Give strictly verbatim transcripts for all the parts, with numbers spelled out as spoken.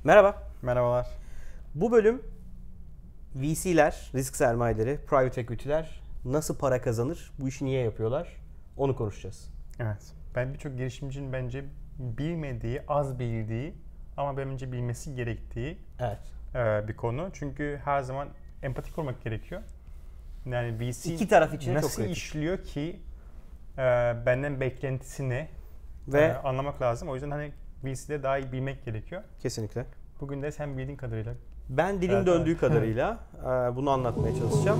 Merhaba. Merhabalar. Bu bölüm V C'ler, risk sermayeleri, private equity'ler nasıl para kazanır, bu işi niye yapıyorlar onu konuşacağız. Evet. Ben birçok girişimcinin bence bilmediği, az bildiği ama bence bilmesi gerektiği Evet. e, bir konu. Çünkü her zaman empati kurmak gerekiyor. Yani V C İki taraf için de çok nasıl kritik. işliyor ki e, benden beklentisi ne Ve e, anlamak lazım. O yüzden hani V C'de daha iyi bilmek gerekiyor. kesinlikle. Bugün de sen bildiğin kadarıyla. Ben dilim Evet, döndüğü evet. kadarıyla e, bunu anlatmaya çalışacağım.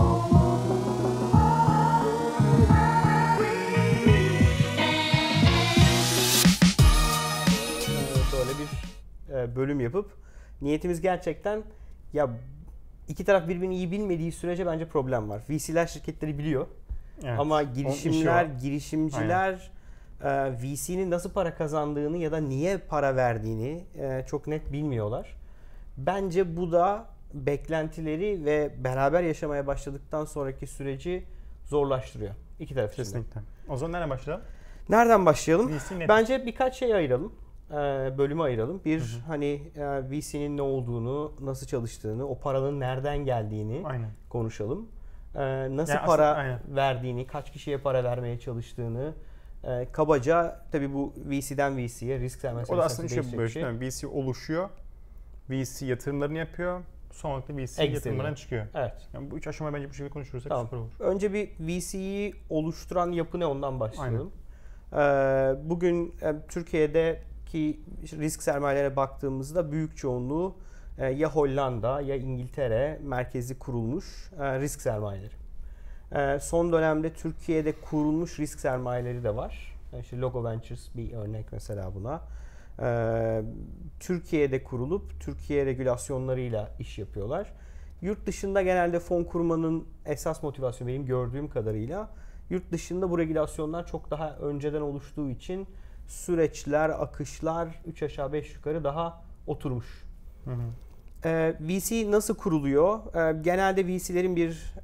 E, Böyle bir e, bölüm yapıp niyetimiz gerçekten ya iki taraf birbirini iyi bilmediği sürece bence problem var. V C'ler şirketleri biliyor. Evet. Ama Onun işi girişimler, o. girişimciler e, V C'nin nasıl para kazandığını ya da niye para verdiğini e, çok net bilmiyorlar. Bence bu da beklentileri ve beraber yaşamaya başladıktan sonraki süreci zorlaştırıyor. İki taraf için de. Kesinlikle. O zaman nereden başlayalım? Nereden başlayalım? V C nedir? Bence birkaç şey ayıralım. E, bölümü ayıralım. Bir Hı hı. hani e, V C'nin ne olduğunu, nasıl çalıştığını, o paranın nereden geldiğini Aynen. konuşalım. Ee, nasıl Yani para aslında- aynen. verdiğini, kaç kişiye para vermeye çalıştığını, e, kabaca tabii bu V C'den V C'ye risk sermayesi O da aslında değişecek şey bir böyle şey. şey. V C oluşuyor. V C yatırımlarını yapıyor. Sonraki V C Exit yatırımlarından ediyor. çıkıyor. Evet. Yani bu üç aşamayı bence bu şekilde konuşursak Tamam. süper olur. Önce bir V C'yi oluşturan yapı ne ondan başlayalım. Ee, bugün e, Türkiye'deki risk sermayelere baktığımızda büyük çoğunluğu e, ya Hollanda ya İngiltere merkezi kurulmuş e, risk sermayeleri. E, son dönemde Türkiye'de kurulmuş risk sermayeleri de var. E, İşte Logo Ventures bir örnek mesela buna. E, Türkiye'de kurulup Türkiye regülasyonlarıyla iş yapıyorlar. Yurt dışında genelde fon kurmanın esas motivasyonu benim gördüğüm kadarıyla yurt dışında bu regülasyonlar çok daha önceden oluştuğu için süreçler, akışlar üç aşağı beş yukarı daha oturmuş. Hı hı. Ee, V C nasıl kuruluyor? Ee, genelde V C'lerin bir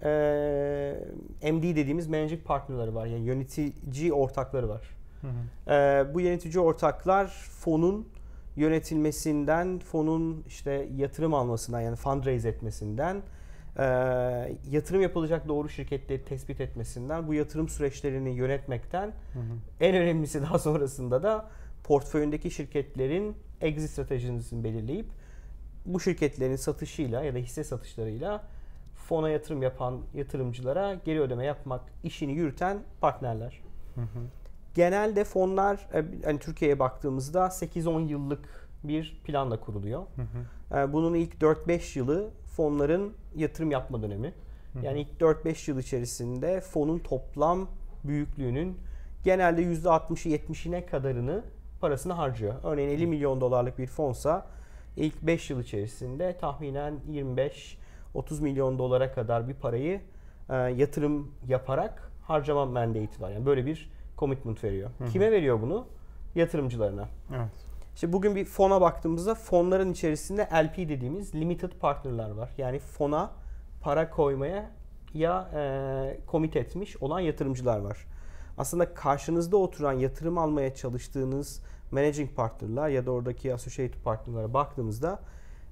e, M D dediğimiz managing partnerları var. Yani yönetici ortakları var. Hı hı. Ee, bu yönetici ortaklar fonun yönetilmesinden, fonun işte yatırım almasından yani fundraise etmesinden, e, yatırım yapılacak doğru şirketleri tespit etmesinden, bu yatırım süreçlerini yönetmekten, Hı hı. en önemlisi daha sonrasında da portföyündeki şirketlerin exit stratejisini belirleyip bu şirketlerin satışıyla ya da hisse satışlarıyla fona yatırım yapan yatırımcılara geri ödeme yapmak işini yürüten partnerler. Hı hı. Genelde fonlar hani Türkiye'ye baktığımızda sekiz on yıllık bir planla kuruluyor. Hı hı. Bunun ilk dört beş yılı fonların yatırım yapma dönemi. Hı hı. Yani ilk dört beş yıl içerisinde fonun toplam büyüklüğünün genelde yüzde altmışı yetmişine kadarını parasını harcıyor. Örneğin elli milyon dolarlık bir fonsa ilk beş yıl içerisinde tahminen yirmi beş otuz milyon dolara kadar bir parayı e, yatırım yaparak harcama mandate'i var. Yani böyle bir commitment veriyor. Hı hı. Kime veriyor bunu? Yatırımcılarına. Evet. İşte bugün bir fona baktığımızda fonların içerisinde L P dediğimiz limited partnerlar var. Yani fona para koymaya ya e, commit etmiş olan yatırımcılar var. Aslında karşınızda oturan yatırım almaya çalıştığınız managing partnerlar ya da oradaki associated partnerlara baktığımızda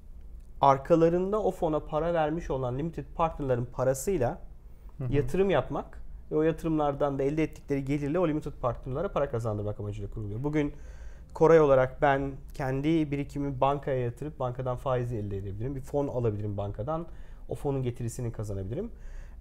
arkalarında o fona para vermiş olan limited partnerların parasıyla Hı hı. yatırım yapmak ve o yatırımlardan da elde ettikleri gelirle o limited partnerlara para kazandırmak amacıyla kuruluyor. Bugün Koray olarak ben kendi birikimimi bankaya yatırıp bankadan faiz elde edebilirim. Bir fon alabilirim bankadan. O fonun getirisini kazanabilirim.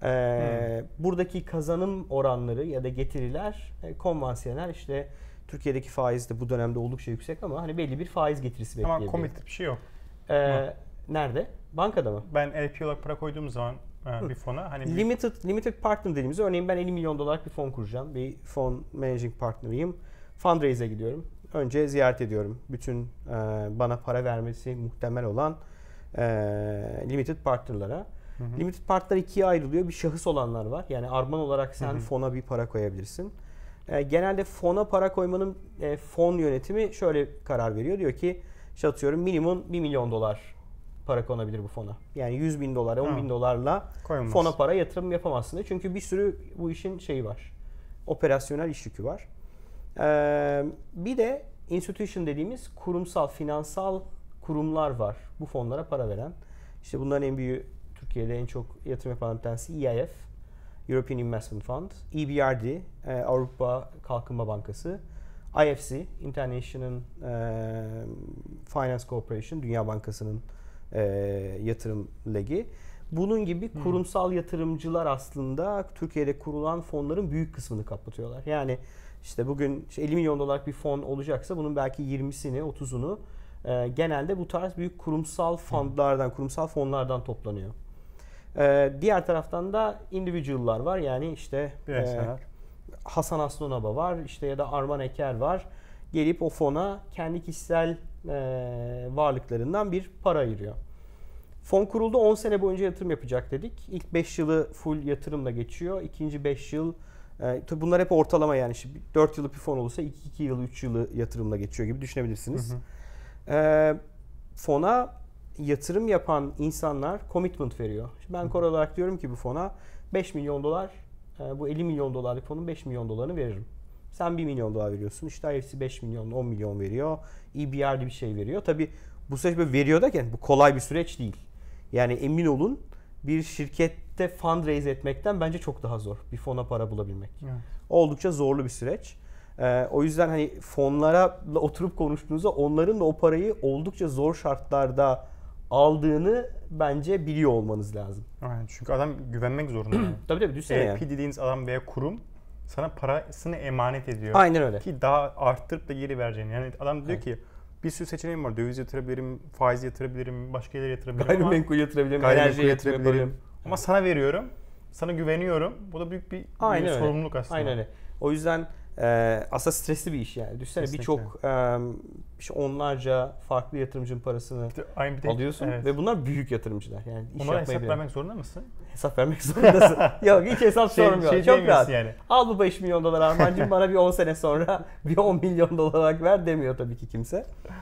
Ee, hmm. Buradaki kazanım oranları ya da getiriler e, konvansiyonel işte Türkiye'deki faiz de bu dönemde oldukça yüksek ama hani belli bir faiz getirisi Ama bekleyebilirim. committed bir şey yok. Ee, nerede? Bankada mı? Ben L P olarak para koyduğum zaman e, bir fona hani bir... Limited limited partner dediğimizde örneğin ben elli milyon dolarlık bir fon kuracağım. Bir fon managing partner'ıyım. Fundraise'e gidiyorum. Önce ziyaret ediyorum. Bütün e, bana para vermesi muhtemel olan e, limited partner'lara. Hı hı. Limited partner ikiye ayrılıyor. Bir şahıs olanlar var. Yani arman olarak sen hı hı. fona bir para koyabilirsin. E, genelde fona para koymanın e, fon yönetimi şöyle karar veriyor. Diyor ki işte atıyorum minimum bir milyon dolar para konabilir bu fona. Yani yüz bin dolar, on bin dolarla Koyulmaz. Fona para yatırım yapamazsın. Çünkü bir sürü bu işin şeyi var. Operasyonel iş yükü var. Ee, bir de institution dediğimiz kurumsal, finansal kurumlar var bu fonlara para veren. İşte bunların en büyüğü Türkiye'de en çok yatırım yapan bir tanesi E I F, European Investment Fund, E B R D, e, Avrupa Kalkınma Bankası, I F C, International e, Finance Corporation, Dünya Bankası'nın e, yatırım legi. Bunun gibi hmm. kurumsal yatırımcılar aslında Türkiye'de kurulan fonların büyük kısmını kapatıyorlar. Yani işte bugün işte elli milyon dolarlık bir fon olacaksa bunun belki yirmisini, otuzunu e, genelde bu tarz büyük kurumsal fondlardan, kurumsal fonlardan toplanıyor. E, diğer taraftan da individual'lar var. Yani işte e, Hasan Aslanaba var, işte ya da Arman Eker var. Gelip o fona kendi kişisel e, varlıklarından bir para ayırıyor. Fon kuruldu, on sene boyunca yatırım yapacak dedik. İlk beş yılı full yatırımla geçiyor. İkinci beş yıl, e, tabii bunlar hep ortalama yani. Şimdi dört yıllık bir fon olursa ilk iki yılı, üç yılı yatırımla geçiyor gibi düşünebilirsiniz. Hı hı. E, fona yatırım yapan insanlar commitment veriyor. Şimdi ben Koray olarak diyorum ki bu fona beş milyon dolar, e, bu elli milyon dolarlık fonun beş milyon dolarını veririm. Sen bir milyon dolar veriyorsun. İşte I F C beş milyon, on milyon veriyor. E B R D bir şey veriyor. Tabii bu süreç böyle veriyor derken bu kolay bir süreç değil. Yani emin olun bir şirkette fundraise etmekten bence çok daha zor. Bir fona para bulabilmek. Evet. Oldukça zorlu bir süreç. Ee, o yüzden hani fonlara oturup konuştuğunuzda onların da o parayı oldukça zor şartlarda aldığını bence biliyor olmanız lazım. Aynen, çünkü adam güvenmek zorunda. Yani. Tabii tabii düşünsene yani. E P dediğiniz adam veya kurum sana parasını emanet ediyor. Aynen öyle. Ki daha arttırıp da geri vereceğini. Yani adam diyor evet. ki bir sürü seçeneğim var. Döviz yatırabilirim, faiz yatırabilirim, başka yerlere yatırabilirim. Gayrimenkul yatırabilirim, enerji yatırabilirim. Ama evet. sana veriyorum, sana güveniyorum. Bu da büyük bir, bir sorumluluk aslında. Aynen öyle. O yüzden e, aslında stresli bir iş yani. Düşünsene birçok e, işte onlarca farklı yatırımcının parasını Aynı bir tek, alıyorsun evet. ve bunlar büyük yatırımcılar. Yani iş Onlara hesap bilen. vermek zorunda mısın? Hesap vermek zorundasın. Yok hiç hesap şey, sormuyor. Şey Çok rahat. Yani. Al bu beş milyon dolar Armancığım bana bir on sene sonra bir on milyon dolar olarak ver demiyor tabii ki kimse.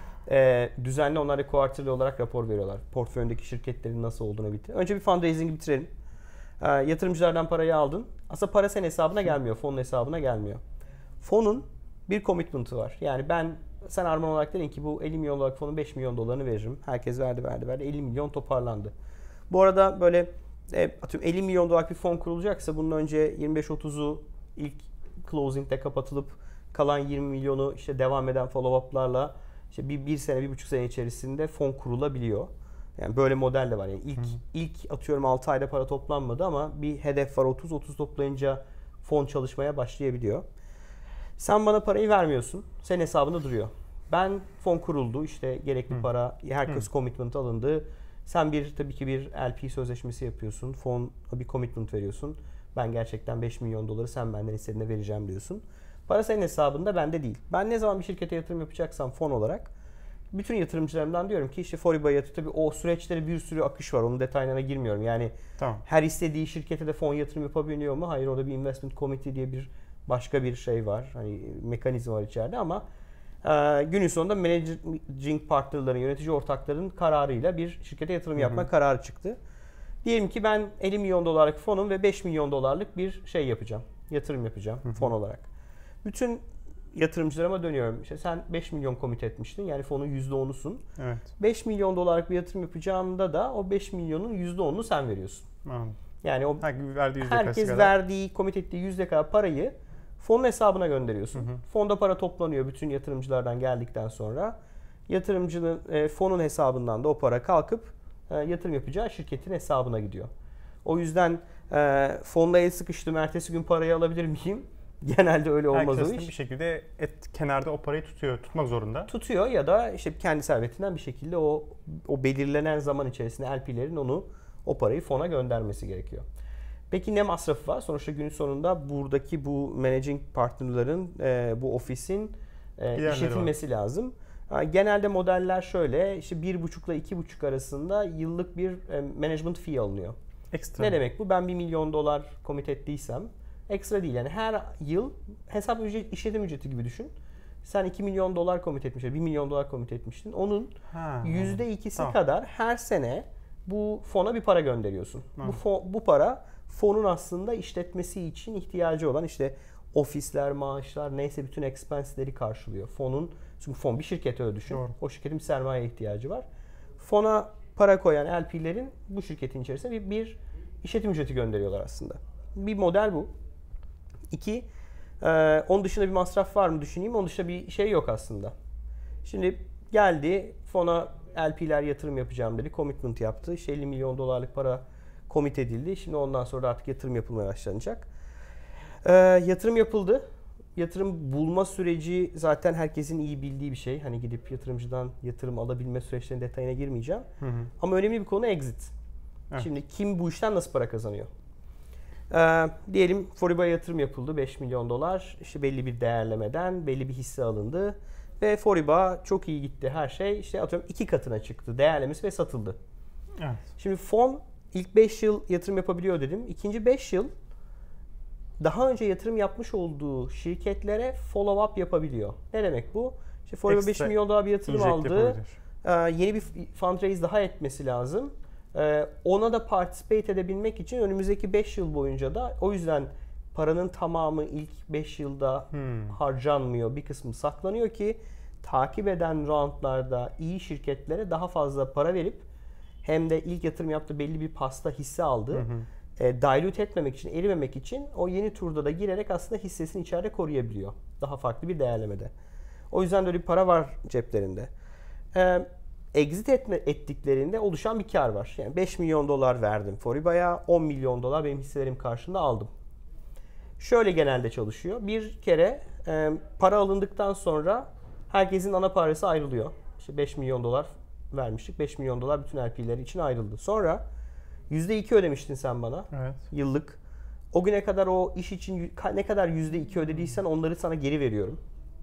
Ee, düzenli onlara quarterly olarak rapor veriyorlar. Portföyündeki şirketlerin nasıl olduğunu bitir. Önce bir fundraising'i bitirelim. Ee, yatırımcılardan parayı aldın. Aslında para senin hesabına gelmiyor. Fonun hesabına gelmiyor. Fonun bir commitment'ı var. Yani ben sen Arman olarak dedin ki bu elli milyon dolarlık fonun beş milyon dolarını veririm. Herkes verdi verdi verdi. elli milyon toparlandı. Bu arada böyle e, atıyorum elli milyon dolarlık bir fon kurulacaksa bunun önce yirmi beş otuzu ilk closing'de kapatılıp kalan yirmi milyonu işte devam eden follow-up'larla işte bir, bir sene, bir buçuk sene içerisinde fon kurulabiliyor. Yani böyle model de var. Yani ilk, ilk atıyorum altı ayda para toplanmadı ama bir hedef var otuz otuz toplayınca fon çalışmaya başlayabiliyor. Sen bana parayı vermiyorsun. Senin hesabında duruyor. Ben fon kuruldu. İşte gerekli Hı. para, herkes Hı. commitment alındı. Sen bir tabii ki bir L P sözleşmesi yapıyorsun. Fon bir commitment veriyorsun. Ben gerçekten beş milyon doları sen benden istediğinde vereceğim diyorsun. Para senin hesabında, bende değil. Ben ne zaman bir şirkete yatırım yapacaksam fon olarak bütün yatırımcılarımdan diyorum ki işte Foriba'ya yatır. Tabii o süreçlere bir sürü akış var. Onun detaylarına girmiyorum. Yani tamam. her istediği şirkete de fon yatırım yapabiliyor mu? Hayır, orada bir investment committee diye bir başka bir şey var. Hani mekanizma var içeride ama e, günün sonunda managing partnerların, yönetici ortakların kararıyla bir şirkete yatırım yapma hı hı. kararı çıktı. Diyelim ki ben elli milyon dolarlık fonum ve beş milyon dolarlık bir şey yapacağım. Yatırım yapacağım hı hı. fon olarak. Bütün yatırımcılarıma dönüyorum. İşte sen beş milyon komit etmiştin. Yani fonun yüzde onusun. Evet. beş milyon dolarlık bir yatırım yapacağımda da o beş milyonun yüzde onunu sen veriyorsun. Anladım. Yani o herkes verdiği, herkes verdiği, komit ettiği yüzde kadar parayı fonun hesabına gönderiyorsun. Hı hı. Fonda para toplanıyor bütün yatırımcılardan geldikten sonra. Yatırımcının e, fonun hesabından da o para kalkıp e, yatırım yapacağı şirketin hesabına gidiyor. O yüzden e, fonda el sıkıştım, ertesi gün parayı alabilir miyim? Genelde öyle olmaz herkes o iş. bir şekilde et kenarda o parayı tutuyor, tutmak zorunda. Tutuyor ya da işte kendi servetinden bir şekilde o o belirlenen zaman içerisinde L P'lerin onu o parayı fona göndermesi gerekiyor. Peki ne masrafı var? Sonuçta günün sonunda buradaki bu managing partnerların, e, bu ofisin e, işletilmesi var. lazım. Yani genelde modeller şöyle, işte bir buçuk ile iki buçuk arasında yıllık bir e, management fee alınıyor. Ekstra. Ne demek bu? Ben bir milyon dolar komit ettiysem, ekstra değil yani her yıl hesap ücret, işletim ücreti gibi düşün. Sen iki milyon dolar komit etmiştin, bir milyon dolar komit etmiştin. Onun yüzde ikisi tamam. kadar her sene bu fona bir para gönderiyorsun. Tamam. Bu fon, bu para fonun aslında işletmesi için ihtiyacı olan işte ofisler, maaşlar neyse bütün expense'leri karşılıyor. Fonun, çünkü fon bir şirkete öyle düşün. Doğru. O şirketin bir sermaye ihtiyacı var. fona para koyan L P'lerin bu şirketin içerisine bir, bir işletim ücreti gönderiyorlar aslında. Bir model bu. İki, e, onun dışında bir masraf var mı düşüneyim. Onun dışında bir şey yok aslında. Şimdi geldi fona L P'ler yatırım yapacağım dedi. Commitment yaptı. İşte elli milyon dolarlık para commit edildi. Şimdi ondan sonra artık yatırım yapılmaya başlanacak. E, yatırım yapıldı. Yatırım bulma süreci zaten herkesin iyi bildiği bir şey. Hani gidip yatırımcıdan yatırım alabilme süreçlerinin detayına girmeyeceğim. Hı hı. Ama önemli bir konu exit. Evet. Şimdi kim bu işten nasıl para kazanıyor? Ee, diyelim Foriba'ya yatırım yapıldı. beş milyon dolar. İşte belli bir değerlemeden belli bir hisse alındı. Ve Foriba çok iyi gitti her şey. İşte atıyorum iki katına çıktı değerlemesi ve satıldı. Evet. Şimdi fon ilk beş yıl yatırım yapabiliyor dedim. İkinci beş yıl daha önce yatırım yapmış olduğu şirketlere follow up yapabiliyor. Ne demek bu? İşte Foriba beş milyon dolar bir yatırım aldı. Ee, yeni bir fundraise daha etmesi lazım. Ee, ona da participate edebilmek için önümüzdeki beş yıl boyunca da o yüzden paranın tamamı ilk beş yılda hmm. harcanmıyor. Bir kısmı saklanıyor ki takip eden roundlarda iyi şirketlere daha fazla para verip hem de ilk yatırım yaptığı belli bir pasta hisse aldı. Hı hı. E, dilute etmemek için, erimemek için o yeni turda da girerek aslında hissesini içeride koruyabiliyor. Daha farklı bir değerlemede. O yüzden de öyle bir para var ceplerinde. E, exit etme, ettiklerinde oluşan bir kar var. Yani beş milyon dolar verdim Foriba'ya, on milyon dolar benim hisselerim karşılığında aldım. Şöyle genelde çalışıyor. Bir kere e, para alındıktan sonra herkesin ana parası ayrılıyor. İşte beş milyon dolar vermiştik. beş milyon dolar bütün L P'ler için ayrıldı. Sonra yüzde iki ödemiştin sen bana. Evet. Yıllık. O güne kadar o iş için ne kadar yüzde iki ödediysen onları sana geri veriyorum.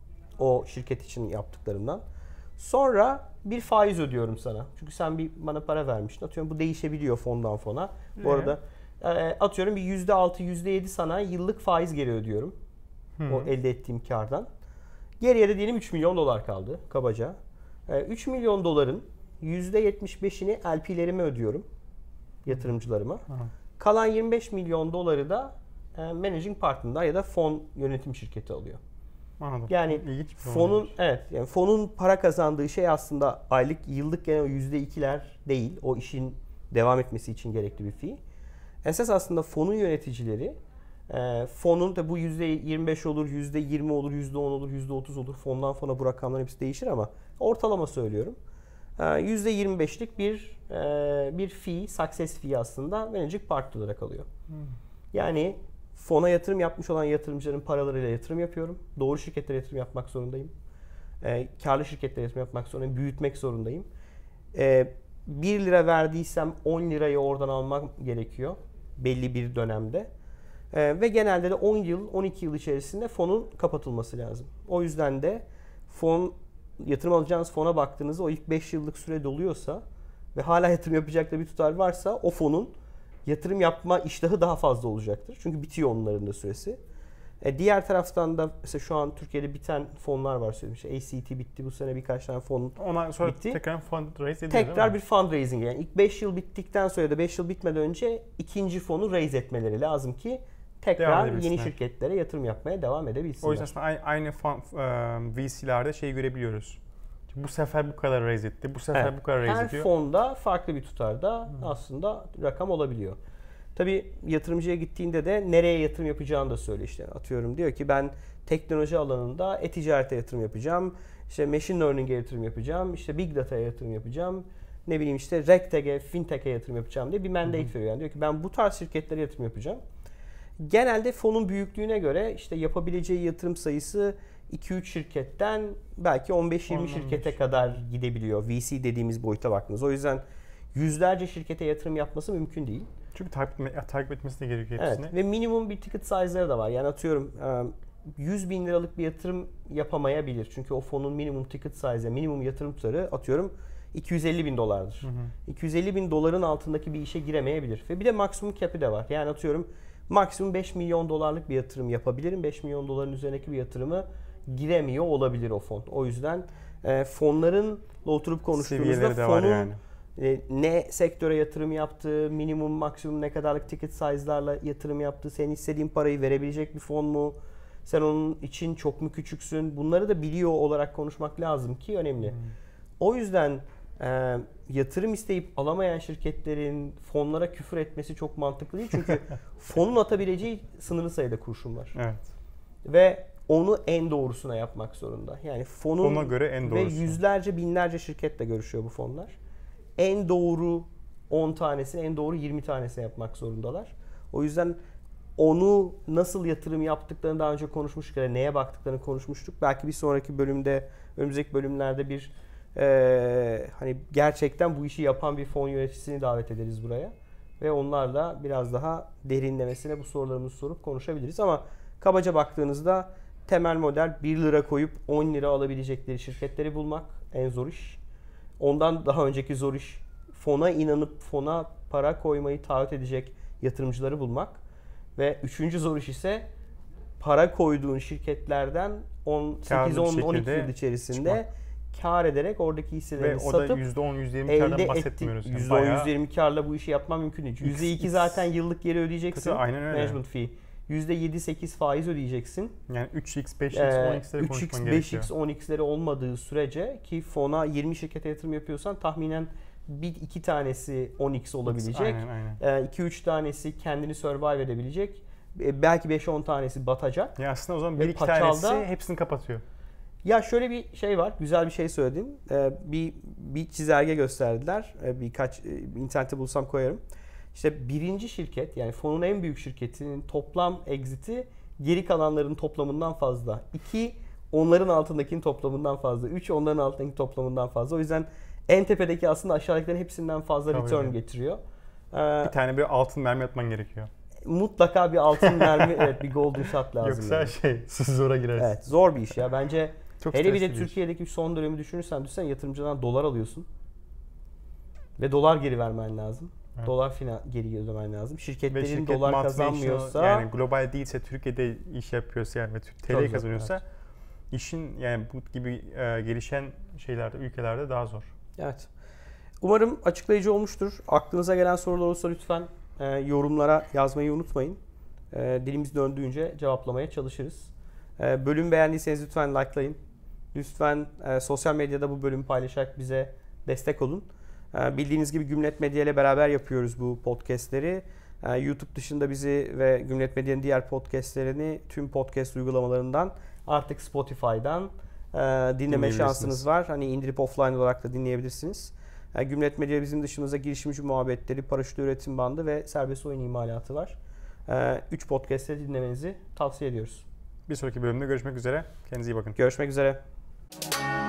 O şirket için yaptıklarımdan. Sonra bir faiz ödüyorum sana. Çünkü sen bir bana para vermiştin. Atıyorum bu değişebiliyor fondan fona. Bu ee? arada atıyorum bir yüzde altı, yüzde yedi sana yıllık faiz geri ödüyorum. Hmm. O elde ettiğim kardan. Geriye de diyelim üç milyon dolar kaldı kabaca. üç milyon doların yüzde yetmiş beşini L P'lerime ödüyorum. Yatırımcılarıma. Aha. Kalan yirmi beş milyon doları da managing partner ya da fon yönetim şirketi alıyor. Anladım. Yani fonun evet yani fonun para kazandığı şey aslında aylık, yıllık gene o yüzde ikiler değil. O işin devam etmesi için gerekli bir fee. Esas aslında fonun yöneticileri fonun da bu yüzde yirmi beş olur, yüzde yirmi olur, yüzde on olur, yüzde otuz olur. Fondan fona bu rakamlar hepsi değişir ama ortalama söylüyorum. yüzde yirmi beşlik bir bir fee, success fee aslında managing partner olarak alıyor. Hmm. Yani fona yatırım yapmış olan yatırımcıların paralarıyla yatırım yapıyorum. Doğru şirketlere yatırım yapmak zorundayım. E, karlı şirketlere yatırım yapmak zorundayım. Büyütmek zorundayım. E, bir lira verdiysem on lirayı oradan almam gerekiyor. Belli bir dönemde. E, ve genelde de on yıl, on iki yıl içerisinde fonun kapatılması lazım. O yüzden de fon, yatırım alacağınız fona baktığınızda o ilk beş yıllık süre doluyorsa ve hala yatırım yapacak da bir tutar varsa o fonun yatırım yapma iştahı daha fazla olacaktır. Çünkü bitiyor onların da süresi. E diğer taraftan da mesela şu an Türkiye'de biten fonlar var söyleyeyim. İşte A C T bitti. Bu sene birkaç tane fon Ondan sonra bitti. tekrar fundraise ediyor. Tekrar bir fundraising yani ilk beş yıl bittikten sonra da beş yıl bitmeden önce ikinci fonu raise etmeleri lazım ki tekrar yeni şirketlere yatırım yapmaya devam edebilsinler. O yüzden aslında aynı fon, V C'lerde şey görebiliyoruz. Bu sefer bu kadar raise etti, bu sefer evet. bu kadar raise Her ediyor. Her fonda farklı bir tutarda hmm. aslında rakam olabiliyor. Tabii yatırımcıya gittiğinde de nereye yatırım yapacağını da söyle işte. Atıyorum diyor ki ben teknoloji alanında e-ticarete yatırım yapacağım. İşte machine learning'e yatırım yapacağım. İşte big data'ya yatırım yapacağım. Ne bileyim işte regtech'e, fintech'e yatırım yapacağım diye bir mandate hmm. veriyor. Yani diyor ki ben bu tarz şirketlere yatırım yapacağım. Genelde fonun büyüklüğüne göre işte yapabileceği yatırım sayısı iki üç şirketten belki on beş yirmi şirkete kadar gidebiliyor. V C dediğimiz boyuta baktınız. O yüzden yüzlerce şirkete yatırım yapması mümkün değil. Çünkü takip, takip etmesi de gerekiyor hepsine. Evet ve minimum bir ticket size'ları da var. Yani atıyorum yüz bin liralık bir yatırım yapamayabilir. Çünkü o fonun minimum ticket size, minimum yatırım tutarı atıyorum iki yüz elli bin dolardır. Hı hı. iki yüz elli bin doların altındaki bir işe giremeyebilir. Ve bir de maksimum cap'i de var. Yani atıyorum maksimum beş milyon dolarlık bir yatırım yapabilirim. beş milyon doların üzerindeki bir yatırımı giremiyor olabilir o fon. O yüzden e, fonların oturup konuştuğumuzda fonun yani. e, ne sektöre yatırım yaptığı, minimum maksimum ne kadarlık ticket size'larla yatırım yaptığı, senin istediğin parayı verebilecek bir fon mu? Sen onun için çok mu küçüksün? Bunları da biliyor olarak konuşmak lazım ki önemli. Hmm. O yüzden e, yatırım isteyip alamayan şirketlerin fonlara küfür etmesi çok mantıklı değil. Çünkü fonun atabileceği sınırlı sayıda kurşun var. Evet. Ve onu en doğrusuna yapmak zorunda. Yani fonun Fona göre en doğrusu. ve yüzlerce binlerce şirketle görüşüyor bu fonlar. En doğru on tanesini, en doğru yirmi tanesini yapmak zorundalar. O yüzden onu nasıl yatırım yaptıklarını daha önce konuşmuştuk. Yani neye baktıklarını konuşmuştuk. Belki bir sonraki bölümde, önümüzdeki bölümlerde bir e, hani gerçekten bu işi yapan bir fon yöneticisini davet ederiz buraya. Ve onlarla biraz daha derinlemesine bu sorularımızı sorup konuşabiliriz. Ama kabaca baktığınızda temel model bir lira koyup on lira alabilecekleri şirketleri bulmak en zor iş. Ondan daha önceki zor iş fona inanıp fona para koymayı taahhüt edecek yatırımcıları bulmak. Ve üçüncü zor iş ise para koyduğun şirketlerden on sekiz on on iki yıl içerisinde çıkmak. Kar ederek oradaki hisselerini ve satıp o da yüzde on yüzde yirmi kardan bahsetmiyoruz. Yani yüzde on yüzde yirmi karla bu işi yapman mümkün değil. yüzde iki zaten yıllık geri ödeyeceksin. Aynen öyle. Management fee. yüzde yedi sekiz faiz ödeyeceksin. Yani üç x beş x on x'leri konuşman gerekiyor. üç x beş x on x'leri olmadığı sürece ki fona yirmi şirkete yatırım yapıyorsan tahminen bir iki tanesi on x olabilecek. Aynen, aynen. iki üç tanesi kendini survive edebilecek. Belki beş on tanesi batacak. Ya aslında o zaman bir iki tanesi hepsini kapatıyor. Ya şöyle bir şey var. Güzel bir şey söyledin. Bir bir çizelge gösterdiler. Birkaç internette bulsam koyarım. İşte birinci şirket, yani fonun en büyük şirketinin toplam exit'i geri kalanların toplamından fazla. İki, onların altındakinin toplamından fazla. Üç, onların altındaki toplamından fazla. O yüzden en tepedeki aslında aşağıdakilerin hepsinden fazla Tabii return öyle. getiriyor. Ee, bir tane bir altın mermi atman gerekiyor. Mutlaka bir altın mermi, evet, bir golden shot lazım. Yoksa yani. şey, zora girersin. Evet, zor bir iş ya. Bence çok hele bir de bir Türkiye'deki son dönemi düşünürsen, düşünsen yatırımcıdan dolar alıyorsun. Ve dolar geri vermen lazım. Evet. Dolar fina geri ödemen lazım. Şirketlerin şirket dolar kazanmıyorsa, yani global değilse, Türkiye'de iş yapıyorsa yani ve T L kazanıyorsa, evet, işin yani bu gibi e, gelişen şeylerde, ülkelerde daha zor. Evet. Umarım açıklayıcı olmuştur. Aklınıza gelen sorular olursa lütfen e, yorumlara yazmayı unutmayın. E, dilimiz döndüğünce cevaplamaya çalışırız. E, bölüm beğendiyseniz lütfen likelayın. Lütfen e, sosyal medyada bu bölümü paylaşarak bize destek olun. Bildiğiniz gibi Gümlet Medya ile beraber yapıyoruz bu podcastleri. YouTube dışında bizi ve Gümlet Medya'nın diğer podcastlerini tüm podcast uygulamalarından, artık Spotify'dan dinleme şansınız var. Hani indirip offline olarak da dinleyebilirsiniz. Gümlet Medya bizim dışımızda girişimci muhabbetleri, paraşüt üretim bandı ve serbest oyun imalatı var. üç podcast'leri dinlemenizi tavsiye ediyoruz. Bir sonraki bölümde görüşmek üzere. Kendinize iyi bakın. Görüşmek üzere.